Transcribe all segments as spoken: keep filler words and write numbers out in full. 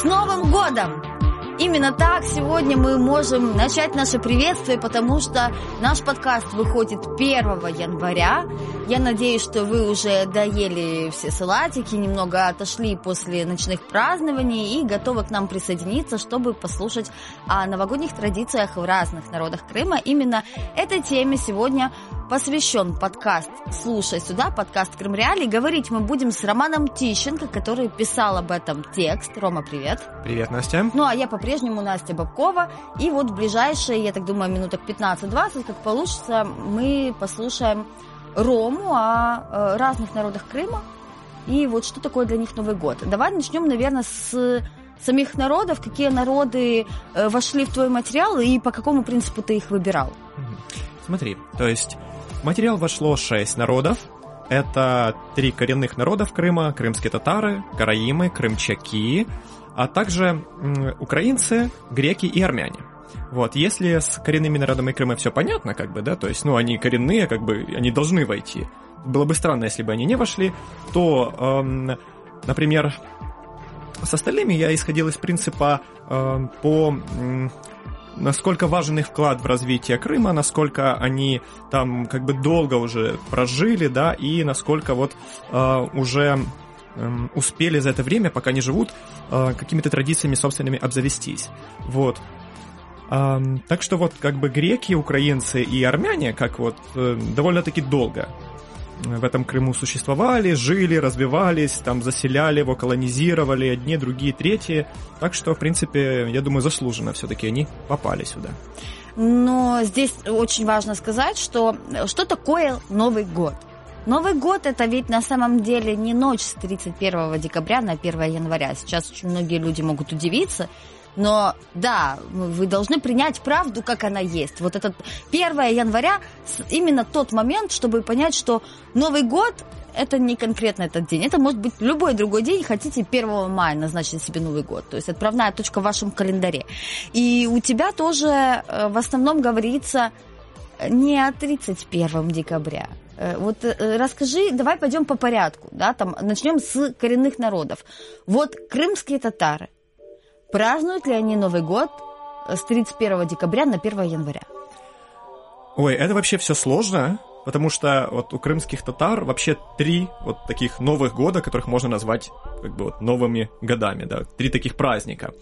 С Новым годом! Именно так сегодня мы можем начать наше приветствие, потому что наш подкаст выходит первого января. Я надеюсь, что вы уже доели все салатики, немного отошли после ночных празднований и готовы к нам присоединиться, чтобы послушать о новогодних традициях в разных народах Крыма. Именно этой теме сегодня посвящен подкаст «Слушай сюда», подкаст «Крым Реалии». Говорить мы будем с Романом Тищенко, который писал об этом текст. Рома, привет. Привет, Настя. Ну, а я по-прежнему Настя Бабкова. И вот в ближайшие, я так думаю, минуток пятнадцать-двадцать, как получится, мы послушаем Рому о разных народах Крыма и вот что такое для них Новый год. Давай начнем, наверное, с самих народов. Какие народы вошли в твой материал и по какому принципу ты их выбирал? Смотри, то есть в материал вошло шесть народов. Это три коренных народов Крыма: крымские татары, караимы, крымчаки, а также м, украинцы, греки и армяне. Вот, если с коренными народами Крыма все понятно, как бы, да, то есть, ну, они коренные, как бы, они должны войти. Было бы странно, если бы они не вошли, то, эм, например, с остальными я исходил из принципа э, по... М, насколько важен их вклад в развитие Крыма, насколько они там как бы долго уже прожили, да, и насколько вот э, уже э, успели за это время, пока они живут, э, какими-то традициями собственными обзавестись. Вот. Э, так что вот как бы греки, украинцы и армяне, как вот э, довольно-таки долго в этом Крыму существовали, жили, развивались, там заселяли его, колонизировали одни, другие, третьи. Так что, в принципе, я думаю, заслуженно все-таки они попали сюда. Но здесь очень важно сказать, что что такое Новый год? Новый год – это ведь на самом деле не ночь с тридцать первого декабря на первое января. Сейчас очень многие люди могут удивиться. Но да, вы должны принять правду, как она есть. Вот этот первое января именно тот момент, чтобы понять, что Новый год – это не конкретно этот день. Это может быть любой другой день. Хотите первого мая назначить себе Новый год. То есть отправная точка в вашем календаре. И у тебя тоже в основном говорится не о тридцать первого декабря. Вот расскажи, давай пойдем по порядку. Да, там, начнем с коренных народов. Вот крымские татары. Празднуют ли они Новый год с тридцать первого декабря на первое января? Ой, это вообще все сложно, потому что вот у крымских татар вообще три вот таких новых года, которых можно назвать как бы вот новыми годами, да, три таких праздника.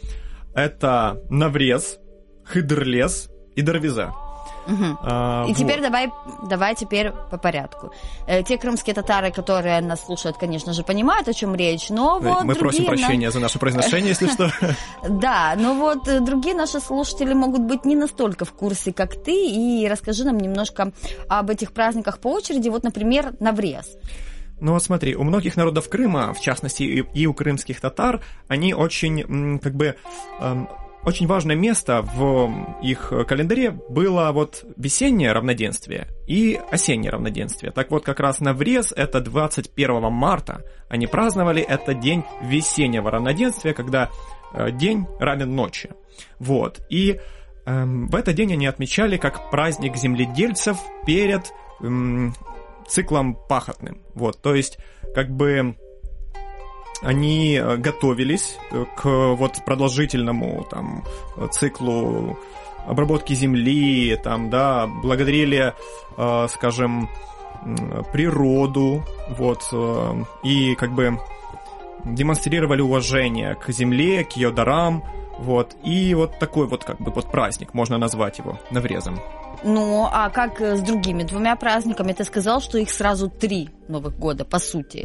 Это Наврез, Хыдырлез и Дарвиза. Угу. А, и вот. теперь давай, давай теперь по порядку. Э, те крымские татары, которые нас слушают, конечно же, понимают, о чем речь, но вот мы просим другие... прощения за наше произношение, если что. Да, но вот другие наши слушатели могут быть не настолько в курсе, как ты, и расскажи нам немножко об этих праздниках по очереди. Вот, например, Наврез. Ну вот смотри, у многих народов Крыма, в частности и у крымских татар, они очень, как бы... Очень важное место в их календаре было вот весеннее равноденствие и осеннее равноденствие. Так вот, как раз Наврез, это двадцать первого марта, они праздновали этот день весеннего равноденствия, когда день равен ночи. Вот. И эм, в этот день они отмечали как праздник земледельцев перед эм, циклом пахотным. Вот. То есть, как бы... Они готовились к вот продолжительному там циклу обработки земли, там, да, благодарили, э, скажем, природу, вот, э, и как бы демонстрировали уважение к земле, к ее дарам, вот, и вот такой вот как бы вот праздник, можно назвать его Наврезом. Ну, а как с другими двумя праздниками? Ты сказал, что их сразу три Новых года, по сути.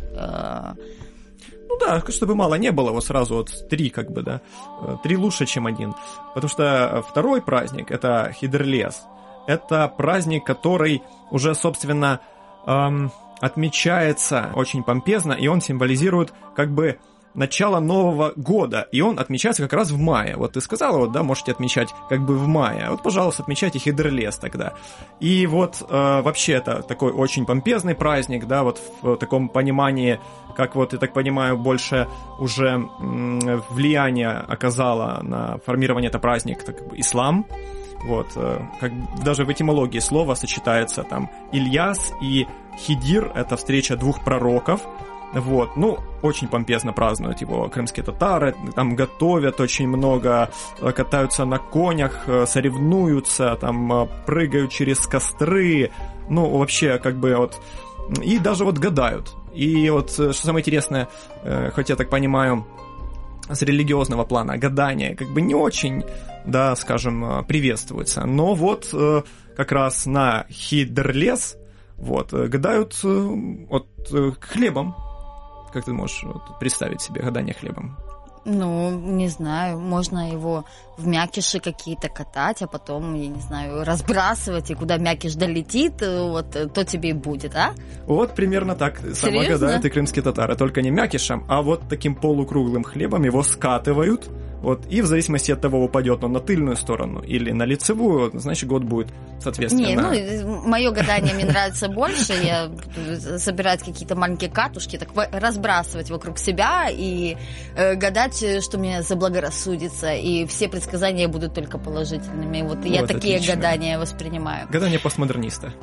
Ну да, чтобы мало не было, вот сразу вот три, как бы, да. Три лучше, чем один. Потому что второй праздник, это Хыдырлез. Это праздник, который уже, собственно, эм, отмечается очень помпезно, и он символизирует, как бы, начало Нового года, и он отмечается как раз в мае. Вот ты сказала, вот, да, можете отмечать как бы в мае. Вот, пожалуйста, отмечайте Хыдырлез тогда. И вот э, вообще это такой очень помпезный праздник, да, вот в таком понимании, как вот, я так понимаю, больше уже м, влияние оказало на формирование этого праздника, так, как бы, ислам. Вот, э, как даже в этимологии слова сочетается там Ильяс и Хидир, это встреча двух пророков. Вот, ну, очень помпезно празднуют его крымские татары, там готовят очень много, катаются на конях, соревнуются, там прыгают через костры, ну, вообще, как бы вот, и даже вот гадают. И вот, что самое интересное, хоть я так понимаю, с религиозного плана гадание как бы не очень, да, скажем, приветствуется, но вот как раз на Хидрлес вот, гадают вот хлебом. Как ты можешь вот, представить себе гадание хлебом? Ну, не знаю, можно его в мякиши какие-то катать, а потом, я не знаю, разбрасывать, и куда мякиш долетит, вот то тебе и будет, а? Вот примерно так. Сама гадают и крымские татары, только не мякишем, а вот таким полукруглым хлебом его скатывают, вот, и в зависимости от того, упадет он на тыльную сторону или на лицевую, значит, год будет, соответственно... Не, ну, мое гадание мне нравится больше, я буду собирать какие-то маленькие катушки, так разбрасывать вокруг себя и э, гадать, что мне заблагорассудится, и все предсказания будут только положительными. Вот, вот я такие отлично. Гадания воспринимаю. Гадание постмодерниста.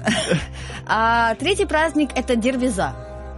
А третий праздник – это Дервиза.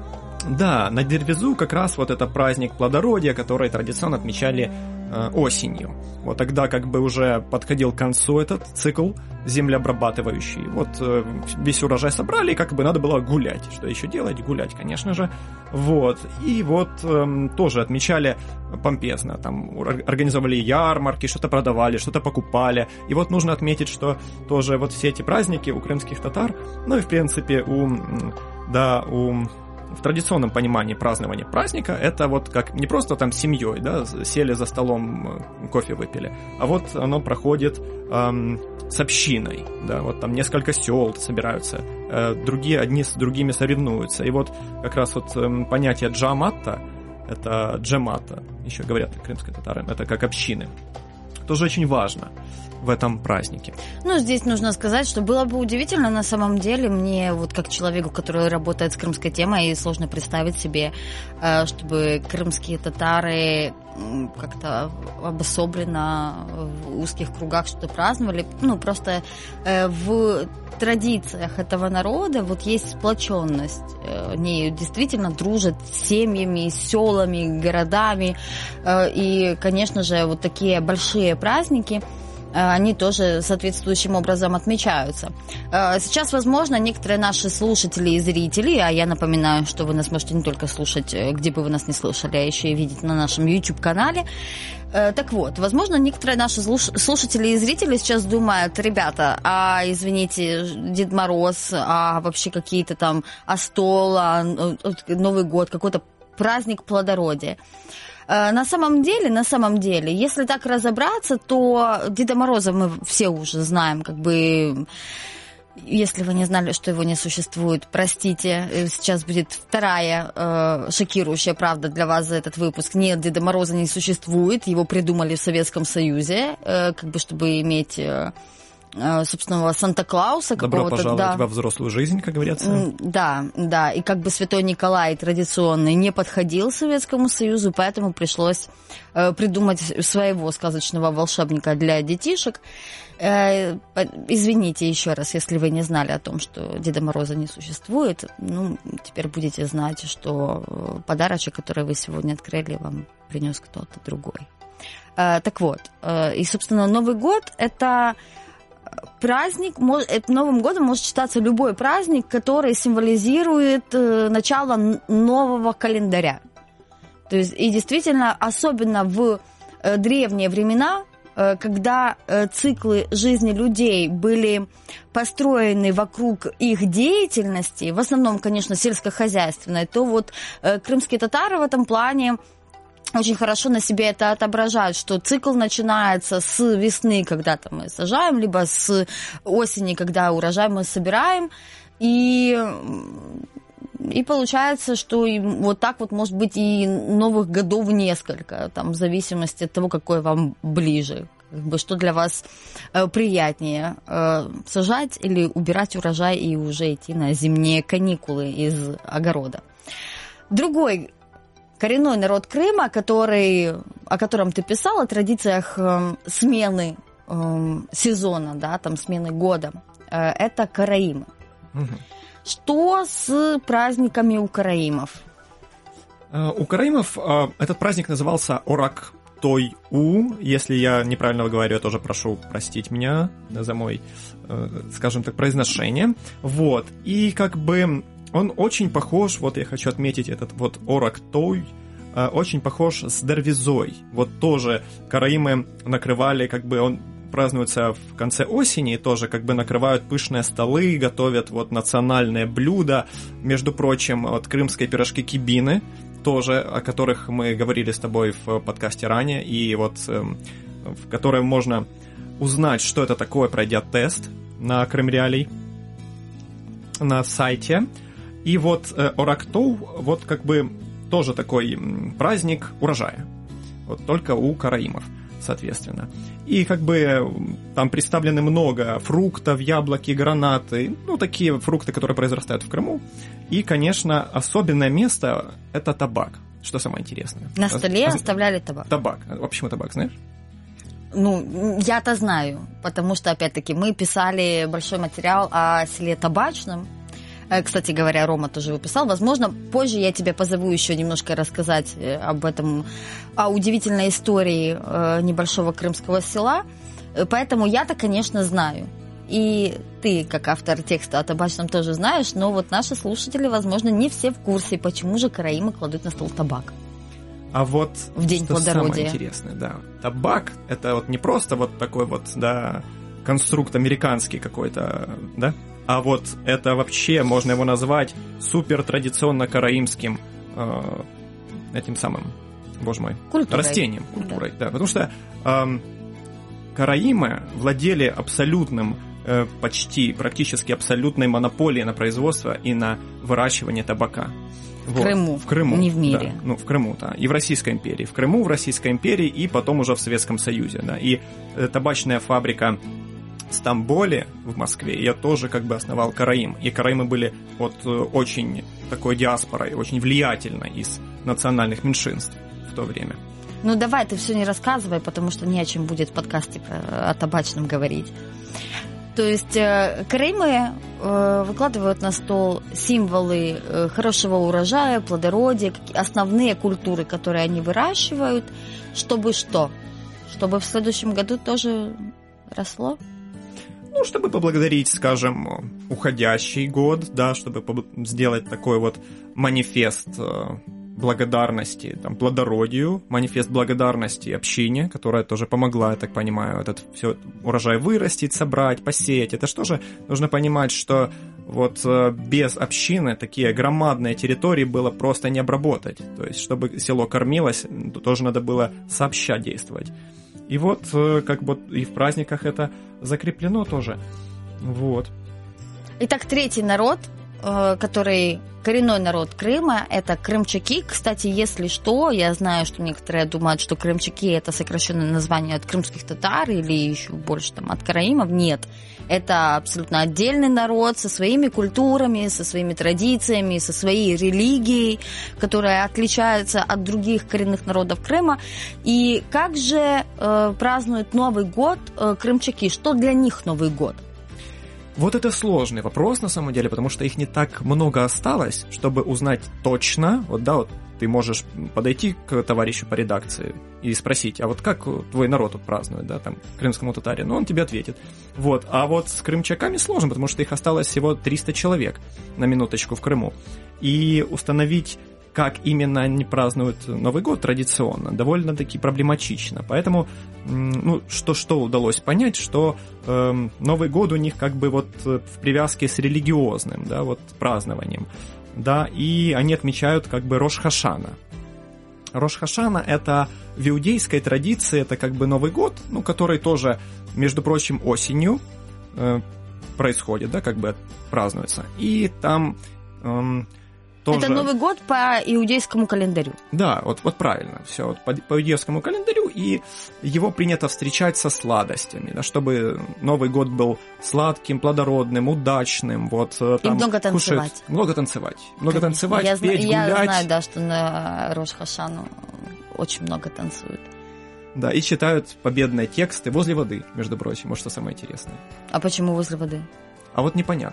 Да, на Дервизу как раз вот это праздник плодородия, который традиционно отмечали э, осенью. Вот тогда как бы уже подходил к концу этот цикл землеобрабатывающий. Вот э, весь урожай собрали, и как бы надо было гулять. Что еще делать? Гулять, конечно же. Вот. И вот э, тоже отмечали помпезно. Там организовали ярмарки, что-то продавали, что-то покупали. И вот нужно отметить, что тоже вот все эти праздники у крымских татар, ну и в принципе у... Да, у... В традиционном понимании празднования праздника это вот как не просто там с семьей, да, сели за столом, кофе выпили, а вот оно проходит эм, с общиной, да, вот там несколько сел собираются, э, другие одни с другими соревнуются, и вот как раз вот э, понятие джамата, это джемата, еще говорят крымские татары, это как общины, тоже очень важно в этом празднике. Ну, здесь нужно сказать, что было бы удивительно на самом деле мне, вот как человеку, который работает с крымской темой, и сложно представить себе, чтобы крымские татары как-то обособленно в узких кругах что-то праздновали. Ну, просто в традициях этого народа вот есть сплоченность. Они действительно дружат с семьями, с селами, городами. И, конечно же, вот такие большие праздники, они тоже соответствующим образом отмечаются. Сейчас, возможно, некоторые наши слушатели и зрители, а я напоминаю, что вы нас можете не только слушать, где бы вы нас не слушали, а еще и видеть на нашем YouTube-канале. Так вот, возможно, некоторые наши слушатели и зрители сейчас думают: ребята, а, извините, Дед Мороз, а вообще какие-то там Астол, а, Новый год, какой-то праздник плодородия. На самом деле, на самом деле, если так разобраться, то Деда Мороза мы все уже знаем, как бы, если вы не знали, что его не существует, простите, сейчас будет вторая э, шокирующая правда для вас за этот выпуск. Нет, Деда Мороза не существует, его придумали в Советском Союзе, э, как бы, чтобы иметь... Э, собственного Санта-Клауса. Добро пожаловать да. во взрослую жизнь, как говорится. Да, да. И как бы Святой Николай традиционный не подходил Советскому Союзу, поэтому пришлось придумать своего сказочного волшебника для детишек. Извините еще раз, если вы не знали о том, что Деда Мороза не существует. Ну, теперь будете знать, что подарочек, который вы сегодня открыли, вам принес кто-то другой. Так вот, и, собственно, Новый год – это... праздник, Новым годом может считаться любой праздник, который символизирует начало нового календаря. То есть, и действительно, особенно в древние времена, когда циклы жизни людей были построены вокруг их деятельности, в основном, конечно, сельскохозяйственной, то вот крымские татары в этом плане очень хорошо на себе это отображают, что цикл начинается с весны, когда-то мы сажаем, либо с осени, когда урожай мы собираем, и, и получается, что вот так вот может быть и новых годов несколько, там, в зависимости от того, какой вам ближе, как бы, что для вас приятнее, сажать или убирать урожай и уже идти на зимние каникулы из огорода. Другой коренной народ Крыма, который, о котором ты писал, о традициях э, смены э, сезона, да, там, смены года, э, это караимы. Угу. Что с праздниками у караимов? У караимов этот праздник назывался Орак-той-у. Если я неправильно говорю, я тоже прошу простить меня за мой, скажем так, произношение. Вот. И как бы он очень похож, вот я хочу отметить этот вот Орак-той, очень похож с Дервизой. Вот тоже караимы накрывали, как бы он празднуется в конце осени, и тоже как бы накрывают пышные столы, готовят вот национальные блюда. Между прочим, вот крымские пирожки кибины, тоже, о которых мы говорили с тобой в подкасте ранее, и вот в котором можно узнать, что это такое, пройдя тест на Крым Реалий на сайте. И вот Орак-той, вот как бы тоже такой праздник урожая, вот только у караимов, соответственно. И как бы там представлены много фруктов, яблоки, гранаты, ну, такие фрукты, которые произрастают в Крыму. И, конечно, особенное место – это табак, что самое интересное. На столе а, оставляли табак. Табак. А почему табак, знаешь? Ну, я-то знаю, потому что, опять-таки, мы писали большой материал о селе Табачном. Кстати говоря, Рома тоже его писал. Возможно, позже я тебя позову еще немножко рассказать об этом, о удивительной истории небольшого крымского села. Поэтому я-то, конечно, знаю. И ты, как автор текста о табачном, тоже знаешь, но вот наши слушатели, возможно, не все в курсе, почему же караимы кладут на стол табак. А вот в день что плодородия. Самое интересное, да. Табак – это вот не просто вот такой вот, да, конструкт американский какой-то, да? А вот это вообще, можно его назвать супер традиционно караимским э, этим самым, боже мой, культурой. Растением, культурой, да. да потому что э, караимы владели абсолютным, э, почти, практически абсолютной монополией на производство и на выращивание табака. В вот. Крыму, в Крыму, не в мире. Да, ну, в Крыму, да, и в Российской империи. В Крыму, в Российской империи и потом уже в Советском Союзе, да. И э, табачная фабрика в Стамбуле, в Москве, я тоже как бы основал караим. И караимы были вот очень такой диаспорой, очень влиятельной из национальных меньшинств в то время. Ну давай, ты все не рассказывай, потому что не о чем будет в подкасте про, о табачном говорить. То есть э, караимы э, выкладывают на стол символы э, хорошего урожая, плодородия, основные культуры, которые они выращивают, чтобы что? Чтобы в следующем году тоже росло? Ну, чтобы поблагодарить, скажем, уходящий год, да, чтобы сделать такой вот манифест благодарности, там, плодородию, манифест благодарности общине, которая тоже помогла, я так понимаю, этот все урожай вырастить, собрать, посеять. Это что же нужно понимать, что вот без общины такие громадные территории было просто не обработать. То есть, чтобы село кормилось, тоже надо было сообща действовать. И вот, как бы и в праздниках это закреплено тоже. Вот. Итак, третий народ, который коренной народ Крыма, это крымчаки. Кстати, если что, я знаю, что некоторые думают, что крымчаки – это сокращенное название от крымских татар или еще больше там, от караимов. Нет. Это абсолютно отдельный народ со своими культурами, со своими традициями, со своей религией, которая отличается от других коренных народов Крыма. И как же э, празднуют Новый год э, крымчаки? Что для них Новый год? Вот это сложный вопрос, на самом деле, потому что их не так много осталось, чтобы узнать точно. Вот, да, вот ты можешь подойти к товарищу по редакции и спросить, а вот как твой народ тут празднует, да, там, крымскому татаре? Ну, он тебе ответит. Вот, а вот с крымчаками сложно, потому что их осталось всего триста человек, на минуточку, в Крыму. И установить, как именно они празднуют Новый год традиционно, довольно-таки проблематично. Поэтому, ну, что-что удалось понять, что э, Новый год у них как бы вот в привязке с религиозным, да, вот празднованием, да, и они отмечают как бы Рош Хашана. Рош Хашана – это в иудейской традиции, это как бы Новый год, ну, который тоже, между прочим, осенью э, происходит, да, как бы празднуется. И там... Э, Тоже... Это Новый год по иудейскому календарю. Да, вот, вот правильно, все вот по, по иудейскому календарю, и его принято встречать со сладостями, да, чтобы Новый год был сладким, плодородным, удачным. Вот, там, и много танцевать. Кушать, много танцевать. Много Конечно. танцевать, я петь, зна- гулять. Я знаю, да, что на Рош Хашану очень много танцуют. Да, и читают победные тексты возле воды, между прочим, вот что самое интересное. А почему возле воды? А вот непонятно.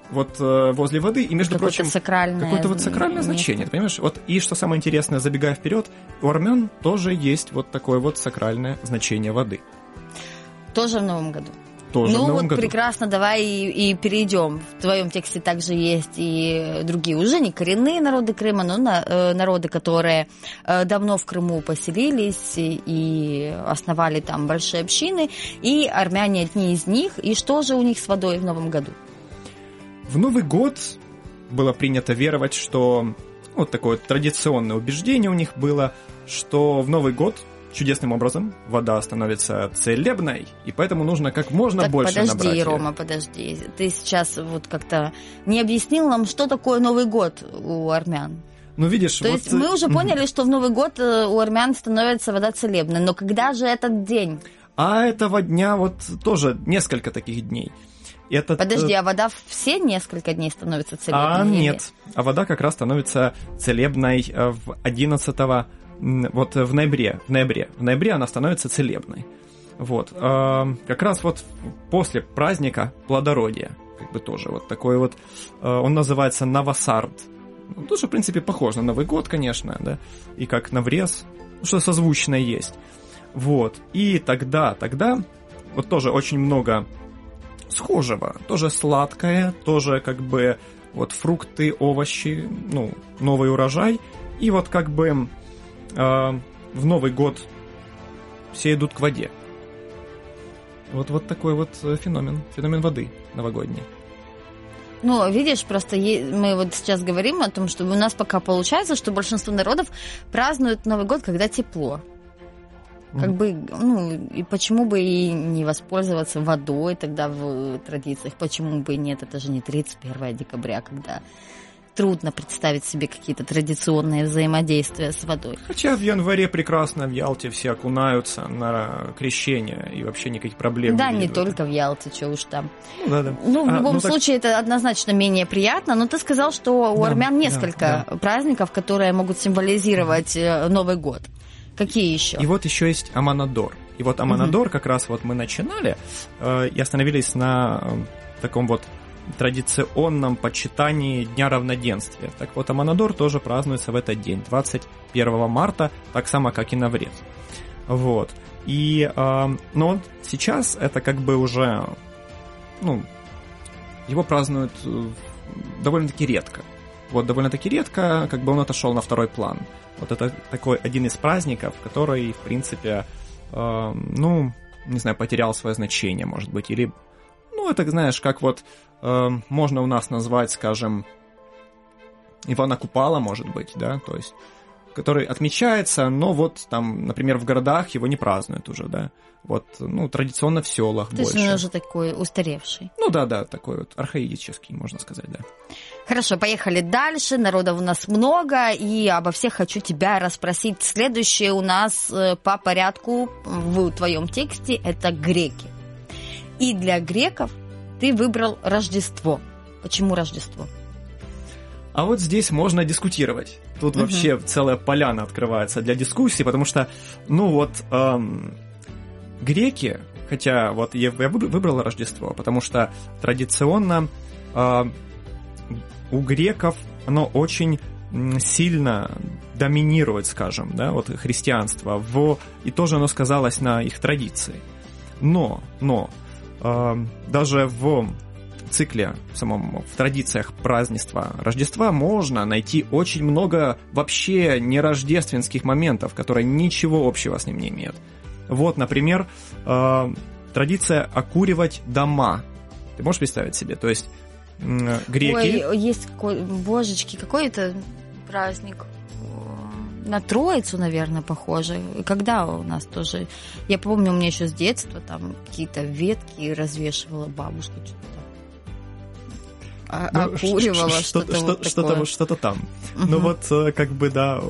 вот э, возле воды, и, между какое-то прочим, сакральное какое-то вот сакральное место. значение, ты понимаешь? Вот, и что самое интересное, забегая вперед, у армян тоже есть вот такое вот сакральное значение воды. Тоже в Новом году. Тоже ну в Новом вот году. Прекрасно, давай и, и перейдем. В твоем тексте также есть и другие, уже не коренные народы Крыма, но на, э, народы, которые э, давно в Крыму поселились и, и основали там большие общины, и армяне одни из них. И что же у них с водой в Новом году? В Новый год было принято веровать, что вот такое традиционное убеждение у них было, что в Новый год чудесным образом вода становится целебной, и поэтому нужно как можно так, больше подожди, набрать ее. Рома, подожди. Ты сейчас вот как-то не объяснил нам, что такое Новый год у армян. Ну, видишь, То вот... есть мы уже поняли, что в Новый год у армян становится вода целебной, но когда же этот день? А этого дня вот тоже несколько таких дней. Этот... Подожди, а вода все несколько дней становится целебной? А или... нет, а вода как раз становится целебной в одиннадцатого вот в ноябре, в ноябре, в ноябре она становится целебной. Вот, э, как раз вот после праздника плодородия, как бы тоже вот такой вот, э, он называется Навасард. Ну, тоже, в принципе, похож на Новый год, конечно, да, и как Наврез, ну, что созвучное есть. Вот, и тогда, тогда, вот тоже очень много схожего, тоже сладкое, тоже как бы вот фрукты, овощи, ну, новый урожай, и вот как бы в Новый год все идут к воде. Вот, вот такой вот феномен, феномен воды новогодний. Ну, видишь, просто мы вот сейчас говорим о том, что у нас пока получается, что большинство народов празднуют Новый год, когда тепло. Как mm. бы, ну, и почему бы и не воспользоваться водой тогда в традициях? Почему бы и нет? Это же не тридцать первого декабря, когда... трудно представить себе какие-то традиционные взаимодействия с водой. Хотя в январе прекрасно в Ялте все окунаются на крещение, и вообще никаких проблем да, не не видят. только в Ялте, что уж там. Ну, да, да. Ну, в а, любом ну, случае, так... это однозначно менее приятно, но ты сказал, что у да, армян несколько да, да. праздников, которые могут символизировать mm-hmm. Новый год. Какие еще? И вот еще есть Аманадор. И вот Аманадор mm-hmm. как раз вот мы начинали э, и остановились на э, таком вот традиционном почитании Дня равноденствия. Так вот, Аманадор тоже празднуется в этот день, двадцать первого марта, так само, как и Наврез. Вот. И, э, но вот сейчас это как бы уже, ну, его празднуют довольно-таки редко. Вот, довольно-таки редко, как бы он отошел на второй план. Вот это такой один из праздников, который, в принципе, э, ну, не знаю, потерял свое значение, может быть, или, ну, это, знаешь, как вот э, можно у нас назвать, скажем, Ивана Купала, может быть, да, то есть, который отмечается, но вот там, например, в городах его не празднуют уже, да, вот, ну, традиционно в селах то больше. То есть он уже такой устаревший. Ну, да-да, такой вот архаический, можно сказать, да. Хорошо, поехали дальше, народов у нас много, и обо всех хочу тебя расспросить. Следующее у нас по порядку в твоем тексте – это греки. И для греков ты выбрал Рождество. Почему Рождество? А вот здесь можно дискутировать. Тут угу. вообще целая поляна открывается для дискуссии, потому что, ну вот, эм, греки, хотя вот я, я выбрал Рождество, потому что традиционно э, у греков оно очень сильно доминирует, скажем, да, вот христианство, в, и тоже оно сказалось на их традиции. Но, но, э, даже в цикле, в самом, в традициях празднества Рождества можно найти очень много вообще нерождественских моментов, которые ничего общего с ним не имеют. Вот, например, э, традиция окуривать дома. Ты можешь представить себе? То есть э, греки... Ой, есть какой... Божечки, какой это праздник? На Троицу, наверное, похоже. И когда у нас тоже... Я помню, у меня еще с детства там какие-то ветки развешивала бабушка, что-то там. Ну, окуривала, что-то, что-то, что, вот что-то, такое. что-то там. Угу. Ну вот, как бы, да,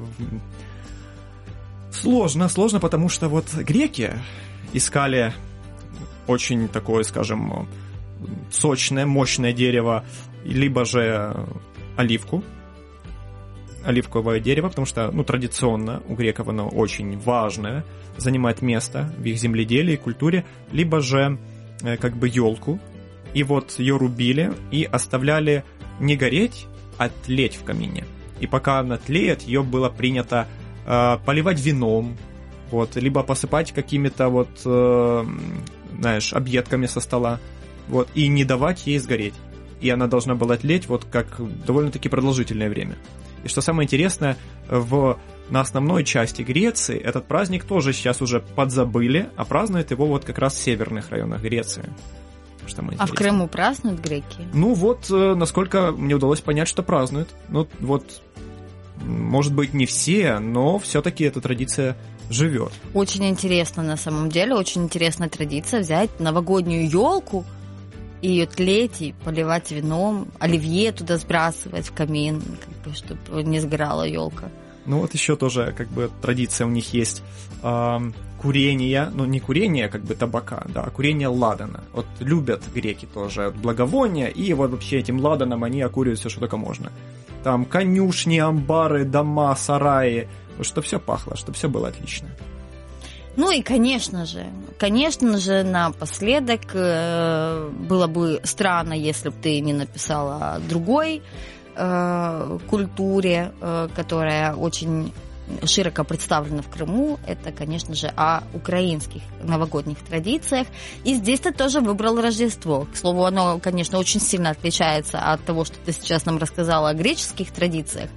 сложно, сложно, потому что вот греки искали очень такое, скажем, сочное, мощное дерево, либо же оливку, оливковое дерево, потому что, ну, традиционно у греков оно очень важное, занимает место в их земледелии, культуре, либо же как бы елку. и вот ее рубили и оставляли не гореть, а тлеть в камине. И пока она тлеет, ее было принято э, поливать вином, вот, либо посыпать какими-то вот, э, знаешь, объедками со стола, вот, и не давать ей сгореть. И она должна была тлеть вот как довольно-таки продолжительное время. И что самое интересное, в, на основной части Греции этот праздник тоже сейчас уже подзабыли, а празднуют его вот как раз в северных районах Греции. А в Крыму празднуют греки? Ну вот, насколько мне удалось понять, что празднуют. Ну вот, может быть, не все, но все-таки эта традиция живет. Очень интересно на самом деле, очень интересная традиция взять новогоднюю елку и ее тлеть, и поливать вином, оливье туда сбрасывать в камин, как бы, чтобы не сгорала елка. Ну вот еще тоже как бы традиция у них есть э, курение, ну не курение как бы табака, да, а курение ладана. Вот любят греки тоже благовония, и вот вообще этим ладаном они окуривают все, что только можно. Там конюшни, амбары, дома, сараи, вот чтобы все пахло, чтобы все было отлично. Ну и, конечно же, конечно же, напоследок э, было бы странно, если бы ты не написала о другой э, культуре, э, которая очень широко представлена в Крыму. Это, конечно же, о украинских новогодних традициях. И здесь ты тоже выбрал Рождество. К слову, оно, конечно, очень сильно отличается от того, что ты сейчас нам рассказала о греческих традициях.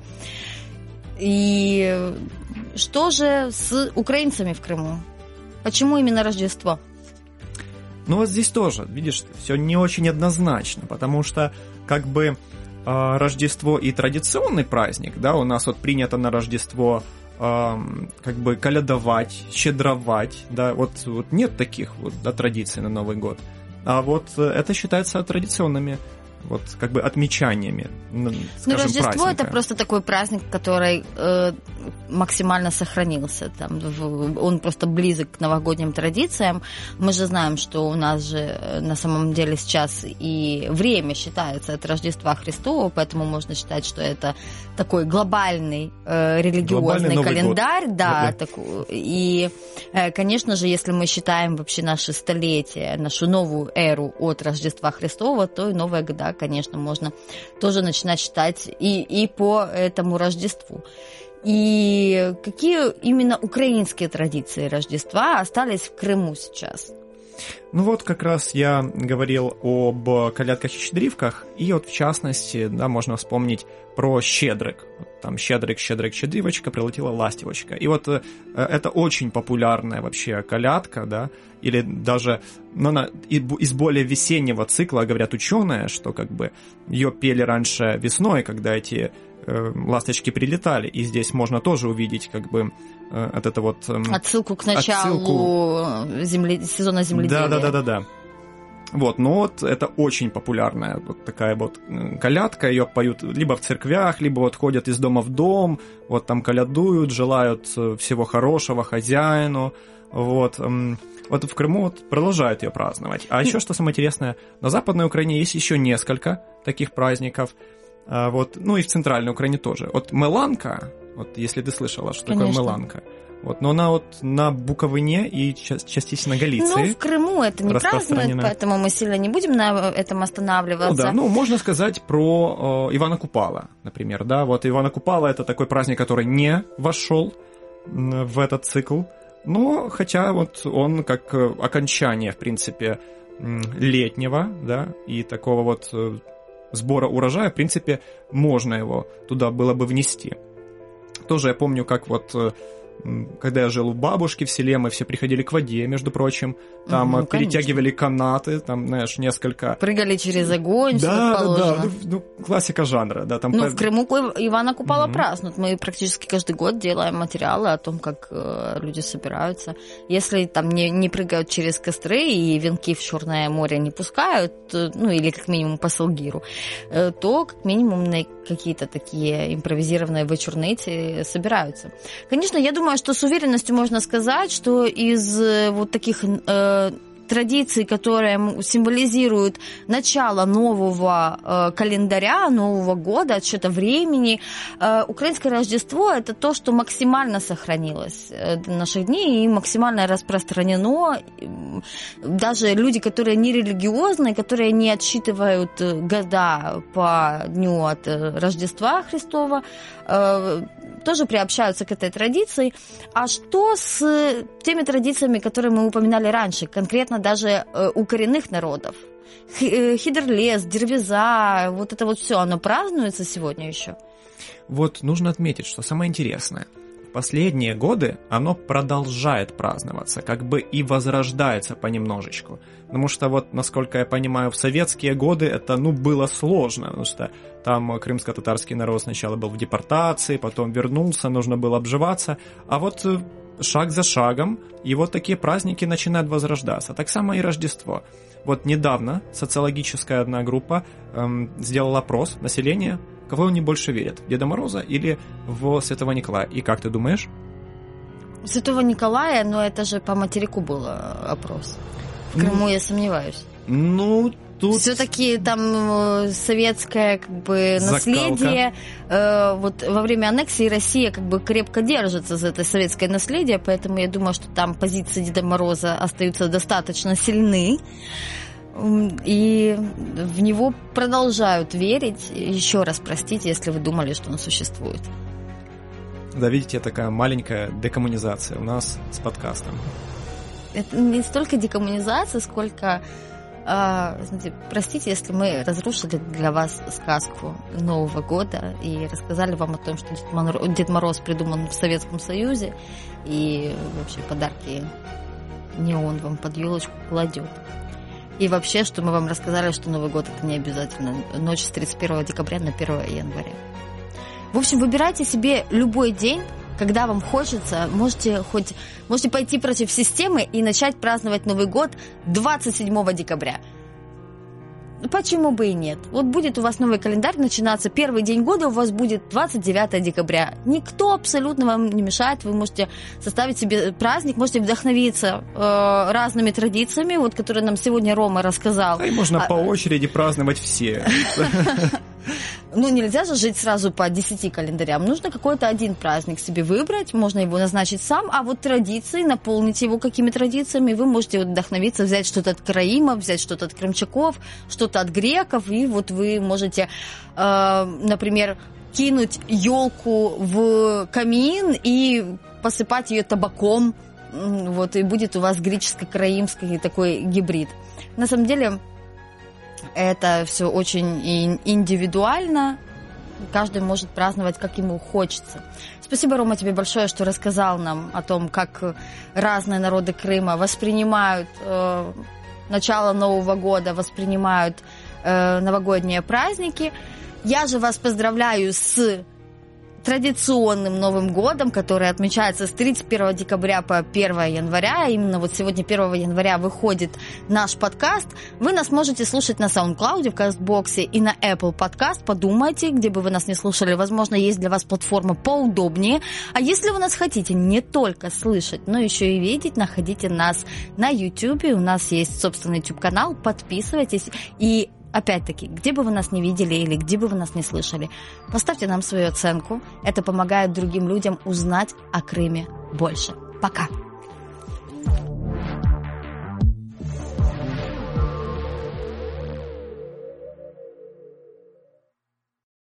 И что же с украинцами в Крыму? Почему именно Рождество? Ну вот здесь тоже, видишь, все не очень однозначно, потому что как бы э, Рождество и традиционный праздник, да, у нас вот принято на Рождество э, как бы колядовать, щедровать, да, вот, вот нет таких вот да, традиций на Новый год, а вот это считается традиционными вот как бы отмечаниями, скажем, ну, Рождество праздника. Это просто такой праздник, который э, максимально сохранился. Там, в, он просто близок к новогодним традициям. Мы же знаем, что у нас же на самом деле сейчас и время считается от Рождества Христова, поэтому можно считать, что это такой глобальный э, религиозный глобальный календарь. Да, да. Такой, и, э, конечно же, если мы считаем вообще наши столетия, нашу новую эру от Рождества Христова, то и Новые года, конечно, можно тоже начинать считать и, и по этому Рождеству. И какие именно украинские традиции Рождества остались в Крыму сейчас? Ну вот как раз я говорил об колядках и щедривках, и вот в частности, да, можно вспомнить про щедрик. Там щедрик, щедрик, щедривочка, прилетела ластівочка. И вот э, это очень популярная вообще колядка, да, или даже ну, она из более весеннего цикла, говорят ученые, что как бы ее пели раньше весной, когда эти э, ласточки прилетали, и здесь можно тоже увидеть как бы э, от это вот... Э, отсылку к началу отсылку... Земле... сезона земледелия. Да-да-да-да-да. Вот, но вот это очень популярная вот такая вот колядка, ее поют либо в церквях, либо вот ходят из дома в дом, вот там колядуют, желают всего хорошего хозяину, вот. Вот в Крыму вот продолжают ее праздновать. А еще, что самое интересное, на Западной Украине есть еще несколько таких праздников, вот, ну и в Центральной Украине тоже. Вот Меланка, вот если ты слышала, что Конечно. Такое Меланка. Вот, но она вот на Буковине и частично Галиции. Ну, в Крыму это не празднуют, поэтому мы сильно не будем на этом останавливаться. Ну да, ну можно сказать про э, Ивана Купала, например, да, вот Ивана Купала это такой праздник, который не вошел в этот цикл, но хотя вот он как окончание, в принципе, летнего, да, и такого вот сбора урожая, в принципе, можно его туда было бы внести. Тоже я помню, как вот... Когда я жил у бабушки в селе, мы все приходили к воде, между прочим, там ну, перетягивали канаты, там, знаешь, несколько... Прыгали через огонь, да, все да, да, ну, ну, классика жанра, да. Там ну, по... в Крыму Ивана Купала mm-hmm. празднуют, мы практически каждый год делаем материалы о том, как э, люди собираются. Если там не, не прыгают через костры и венки в Черное море не пускают, ну, или как минимум по Салгиру, э, то как минимум на какие-то такие импровизированные вечерницы собираются. Конечно, я думаю, что с уверенностью можно сказать, что из вот таких э, традиции, которые символизируют начало нового э, календаря, нового года, отсчета времени. Э, украинское Рождество – это то, что максимально сохранилось до наших дней и максимально распространено. Даже люди, которые не религиозные, которые не отсчитывают года по дню от Рождества Христова, э, тоже приобщаются к этой традиции. А что с теми традициями, которые мы упоминали раньше, конкретно даже у коренных народов? Хидерлес, Дервиза, вот это вот все, оно празднуется сегодня еще? Вот нужно отметить, что самое интересное. В последние годы оно продолжает праздноваться, как бы и возрождается понемножечку. Потому что вот, насколько я понимаю, в советские годы это, ну, было сложно, потому что там крымско-татарский народ сначала был в депортации, потом вернулся, нужно было обживаться, а вот шаг за шагом, и вот такие праздники начинают возрождаться. Так само и Рождество. Вот недавно социологическая одна группа эм, сделала опрос населения, кого они больше верят, в Деда Мороза или в Святого Николая. И как ты думаешь? Святого Николая, но это же по материку был опрос. В Крыму ну, я сомневаюсь. Ну, тут... Все-таки там советское как бы наследие. Э, вот во время аннексии Россия как бы крепко держится за это советское наследие, поэтому я думаю, что там позиции Деда Мороза остаются достаточно сильны. И в него продолжают верить. Еще раз простите, если вы думали, что он существует. Да, видите, такая маленькая декоммунизация у нас с подкастом. Это не столько декоммунизация, сколько, э, знаете, простите, если мы разрушили для вас сказку Нового года и рассказали вам о том, что Дед Мороз, Дед Мороз придуман в Советском Союзе, и вообще подарки не он вам под елочку кладет. И вообще, что мы вам рассказали, что Новый год – это не обязательно ночь с тридцать первого декабря на первое января. В общем, выбирайте себе любой день, когда вам хочется. Можете хоть можете пойти против системы и начать праздновать Новый год двадцать седьмого декабря. Почему бы и нет? Вот будет у вас новый календарь начинаться, первый день года у вас будет двадцать девятого декабря. Никто абсолютно вам не мешает, вы можете составить себе праздник, можете вдохновиться э, разными традициями, вот, которые нам сегодня Рома рассказал. Да и можно а... по очереди праздновать все. Ну, нельзя же жить сразу по десяти календарям. Нужно какой-то один праздник себе выбрать, можно его назначить сам, а вот традиции, наполнить его какими традициями, вы можете вдохновиться, взять что-то от караимов, взять что-то от крымчаков, что-то от греков, и вот вы можете, э, например, кинуть елку в камин и посыпать ее табаком, вот, и будет у вас греческо-караимский такой гибрид. На самом деле... Это все очень индивидуально. Каждый может праздновать, как ему хочется. Спасибо, Рома, тебе большое, что рассказал нам о том, как разные народы Крыма воспринимают э, начало Нового года, воспринимают э, новогодние праздники. Я же вас поздравляю с традиционным Новым годом, который отмечается с тридцать первого декабря по первого января. Именно вот сегодня, первого января, выходит наш подкаст. Вы нас можете слушать на SoundCloud, в Кастбоксе и на Apple Podcast. Подумайте, где бы вы нас не слушали. Возможно, есть для вас платформа поудобнее. А если вы нас хотите не только слышать, но еще и видеть, находите нас на YouTube. У нас есть собственный YouTube-канал. Подписывайтесь. И опять-таки, где бы вы нас не видели или где бы вы нас не слышали, поставьте нам свою оценку. Это помогает другим людям узнать о Крыме больше. Пока!